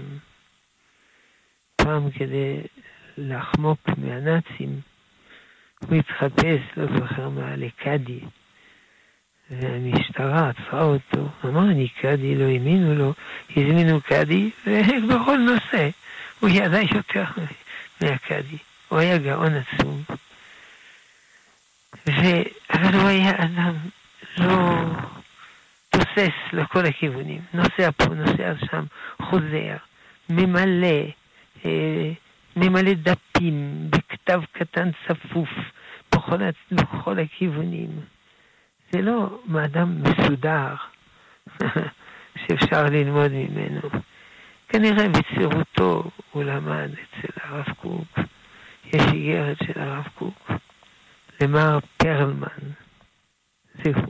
פעם כדי לחמוק מהנאצים הוא התחפש, לא זוכר מה, לקדי, והמשטרה עצרה אותו, אמר אני קדי, לא האמינו לו, הזמינו קדי, ובכל נושא הוא ידע יותר מהקדי. הוא היה גאון עצום, אבל הוא היה אדם לא תוסס לכל הכיוונים, נוסע פה, נוסע שם, חוזר, ממלא דפים בכתב קטן צפוף בכל הכיוונים. זה לא מאדם מסודר שאפשר ללמוד ממנו. כנראה בצעירותו הוא למד אצל הרב קוק. יש איגרת של הרב קוק למר פרלמן. זהו.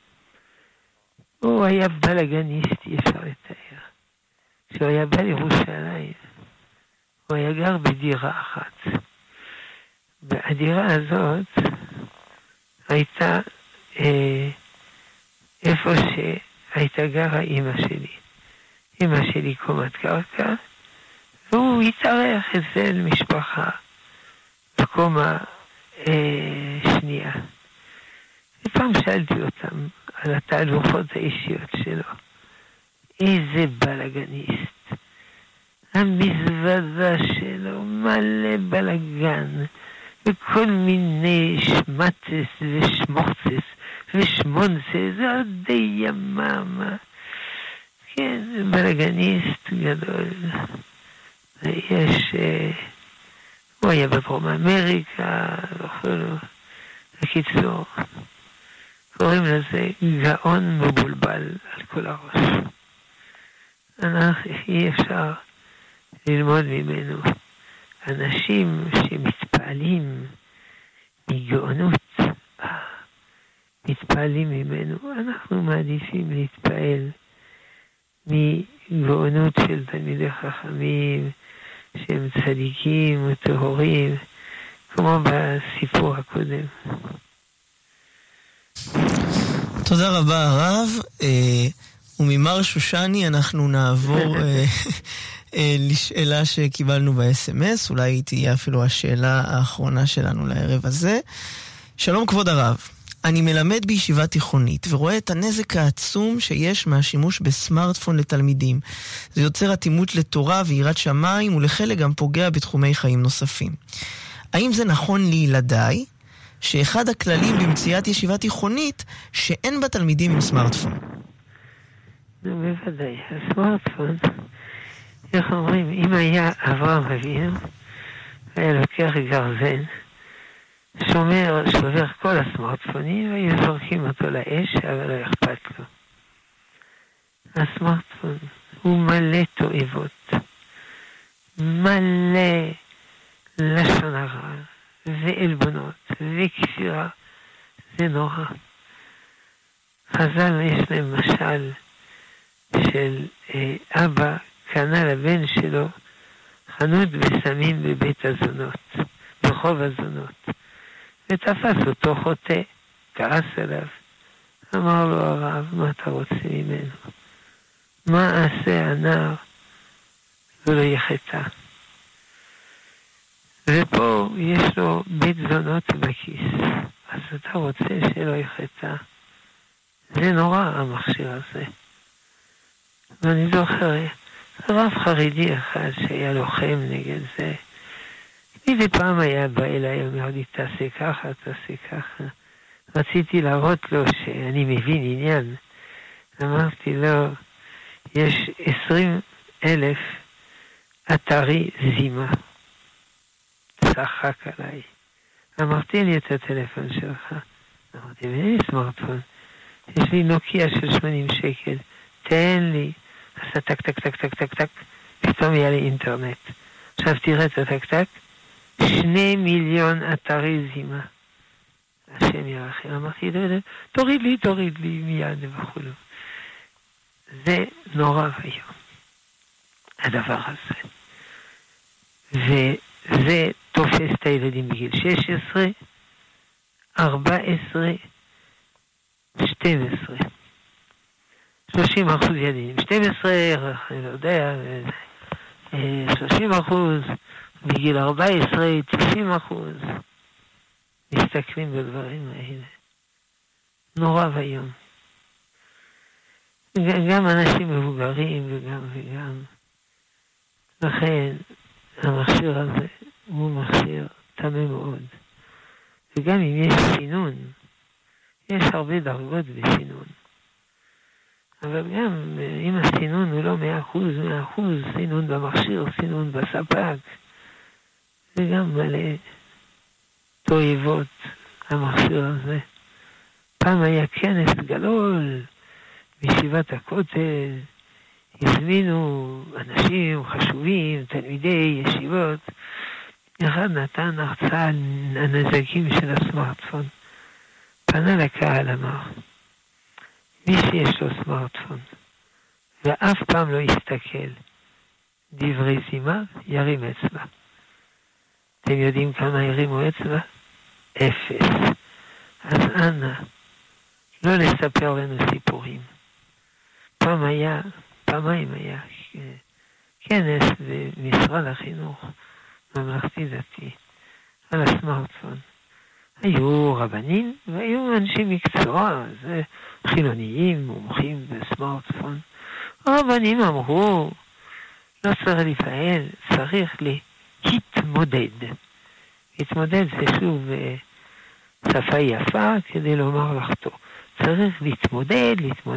הוא היה בלגניסטי, אפשר לתאר. כשהוא היה בא לירושלים, הוא היה גר בדירה אחת. והדירה הזאת הייתה איפה שהייתה גרה אמא שלי. אמא שלי קומת קרקע, והוא התארח אצל משפחה בקומה שנייה. ופעם שאלתי אותם על התהלוכות האישיות שלו. איזה בלגניסט. המזוודה שלו מלא בלגן, וכל מיני שמטס ושמורצס ושמונצס, זה עוד די יממה. כן, בלגניסט גדול. יש, הוא היה בדרום אמריקה, וכולו. בקיצור, קוראים לזה גאון מבולבל על כל הראש. אי אפשר ללמוד ממנו. אנשים שמתפעלים מגאונות, מתפעלים ממנו. אנחנו מעדיפים להתפעל מגאונות של תלמידי חכמים, שהם צדיקים וטהורים, כמו בסיפור הקודם. תודה רבה הרב. וממר שושני אנחנו נעבור לשאלה שקיבלנו ב-SMS, אולי תהיה אפילו השאלה האחרונה שלנו לערב הזה. שלום כבוד הרב, אני מלמד בישיבה תיכונית ורואה את הנזק העצום שיש מהשימוש בסמארטפון לתלמידים. זה יוצר אטימות לתורה ויראת שמיים, ולחלק גם פוגע בתחומי חיים נוספים. האם זה נכון לילדיי שאחד הכללים במציאת ישיבה תיכונית שאין בה תלמידים עם סמארטפון? בוודאי, הסמארטפון, איך אומרים, אם היה אברהם אבינו, היה לוקח גרזן, שובר כל הסמארטפונים, והיו זורקים אותו לאש, אבל לא אכפת לו. הסמארטפון הוא מלא תועבות, מלא לשון הרע, ועלבונות, וכפירה. זה נורא. חז"ל יש להם משל של אבא קנה לבן שלו חנות בסמים בבית הזונות, ברחוב הזונות. ותפס אותו חוטא, כעס עליו. אמר לו הרב, מה אתה רוצה ממנו? מה עשה הנער ולא יחטא? ופה יש לו בית זונות בכיס, אז אתה רוצה שלא יחטא? זה נורא המכשיר הזה. ואני זוכר, רב חרדי אחד שהיה לוחם נגד זה, מדי פעם היה בא אליי, אומר לי, תעשה ככה, תעשה ככה. רציתי להראות לו שאני מבין עניין. אמרתי לו, יש 20,000 אתרי זימה. צחק עליי. אמרתי לי את הטלפון שלך. אמרתי, אין לי סמארטפון. יש לי נוקיה של 80 שקל. תן לי. עשה טק, טק, טק, טק, טק, טק. פתאום היה לי אינטרנט. עכשיו תראה את הטק, טק. 2 מיליון אתרי זימה. השם ירחם. אמרתי, תוריד לי מיד וכולו. זה נורא היום. הדבר הזה. וזה תופס את הילדים בגיל 16, 14, 12. 30% ילדים. 12, אני לא יודע, 30%, בגיל 14, 90%. מסתכלים בדברים האלה. נורא והיום. גם אנשים מבוגרים וגם. לכן, המכשיר הזה הוא מכשיר תמה מאוד. וגם אם יש סינון, יש הרבה דרגות בסינון. אבל גם אם הסינון הוא לא 100%, סינון במכשיר, סינון בספק, וגם מלא תועבות המכשיר הזה. פעם היה כנס גדול בישיבת הכותל, הזמינו אנשים חשובים, תלמידי ישיבות. אחד נתן הרצאה על הנזקים של הסמארטפון. פנה לקהל, אמר, מי שיש לו סמארטפון ואף פעם לא יסתכל דברי זימה, ירים אצבע. אתם יודעים כמה הרימו אצבע? 0. אז אנא, לא לספר לנו סיפורים. פעמיים היה כנס במשרד החינוך ממלכתי דתי על הסמארטפון. היו רבנים והיו אנשי מקצוע, זה חילוניים, מומחים בסמארטפון. הרבנים אמרו, לא צריך לפעל, צריך להתמודד. להתמודד זה שוב שפה יפה כדי לומר לחתו. צריך להתמודד.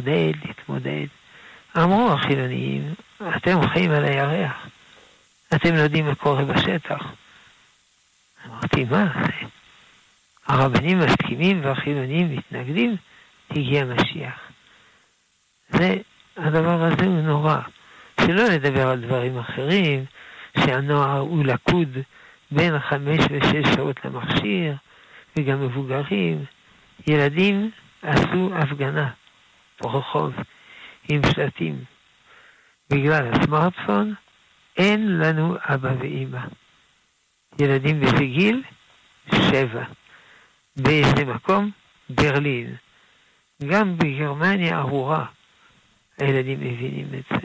אמרו החילוניים, אתם חיים על הירח, אתם לא יודעים מה קורה בשטח. אמרתי, מה זה? הרבנים מסכימים והחילוניים מתנגדים, הגיע משיח. הדבר הזה הוא נורא. שלא לדבר על דברים אחרים, שהנוער הוא לקוד בין 5 ו6 שעות למכשיר, וגם מבוגרים. ילדים עשו הפגנה ברחוב עם שלטים. בגלל הסמארטפון אין לנו אבא ואמא. ילדים באיזה גיל? 7. באיזה מקום? ברלין. גם בגרמניה ארורה הילדים מבינים את זה.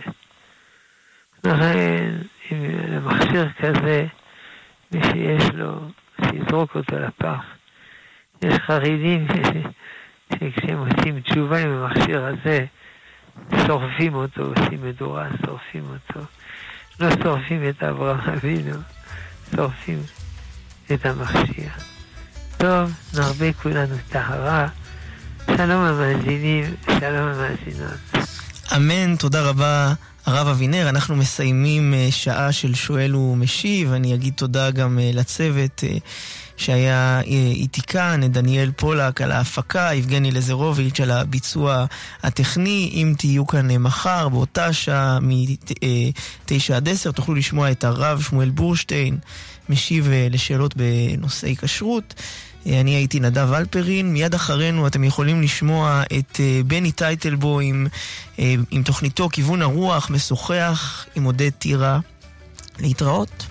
לכן, עם מכשיר כזה, מי שיש לו, שיזרוק אותו לפח. יש חרדים שכשהם עושים תשובה עם המכשיר הזה, שורפים אותו, עושים מדורה, שורפים אותו. לא שורפים את אברהם אבינו, שורפים את המכשיר. טוב, נרבה כולנו טהרה. שלום המאזינים, שלום המאזינות. אמן, תודה רבה הרב אבינר. אנחנו מסיימים שעה של שואל ומשיב. אני אגיד תודה גם לצוות שהיה איתי כאן, דניאל פולק על ההפקה, יבגני לזרוביץ' על הביצוע הטכני. אם תהיו כאן מחר באותה שעה מ-9 עד 10 תוכלו לשמוע את הרב שמואל בורשטיין משיב לשאלות בנושאי כשרות. אני הייתי נדב אלפרין. מיד אחרינו אתם יכולים לשמוע את בני טייטלבוים עם תוכניתו כיוון הרוח, משוחח עם עודד טירה. להתראות.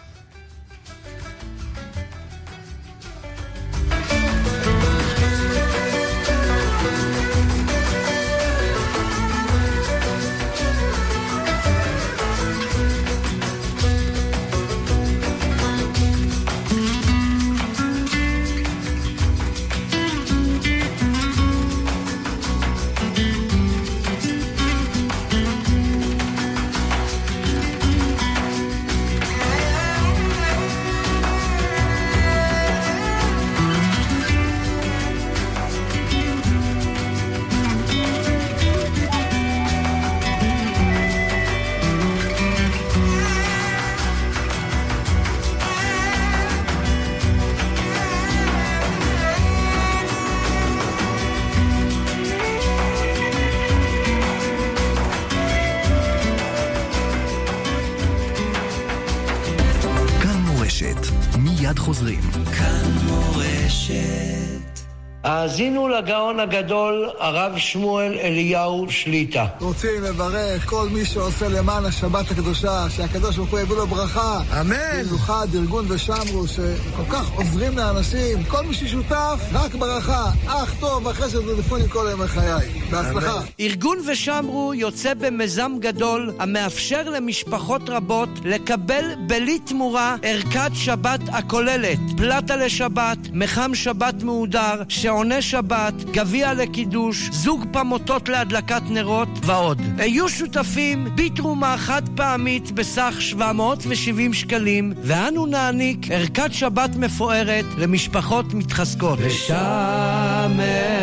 מיד חוזרים. כאן מורשת. האזינו לגאון הגדול הרב שמואל אליהו שליטה. רוצים לברך כל מי שעושה למען השבת הקדושה, שהקדוש ברוך הוא יביא לו ברכה. אמן. במיוחד ארגון ושמרו שכל כך עוזרים לאנשים, כל מי ששותף רק ברכה. אך טוב וחסד ודפוני כל ימי חיי. בהצלחה. ארגון ושמרו יוצא במיזם גדול המאפשר למשפחות רבות לקבל בלי תמורה ערכת שבת הכוללת פלטה לשבת, מחם שבת מהודר, שעוני שבת, גביע לקידוש, זוג פמוטות להדלקת נרות ועוד. היו שותפים בתרומה חד פעמית בסך 770 שקלים, ואנו נעניק ערכת שבת מפוארת למשפחות מתחזקות. ושמרו.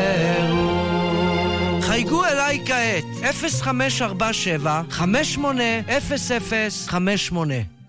חייגו אליי כעת 0547 580058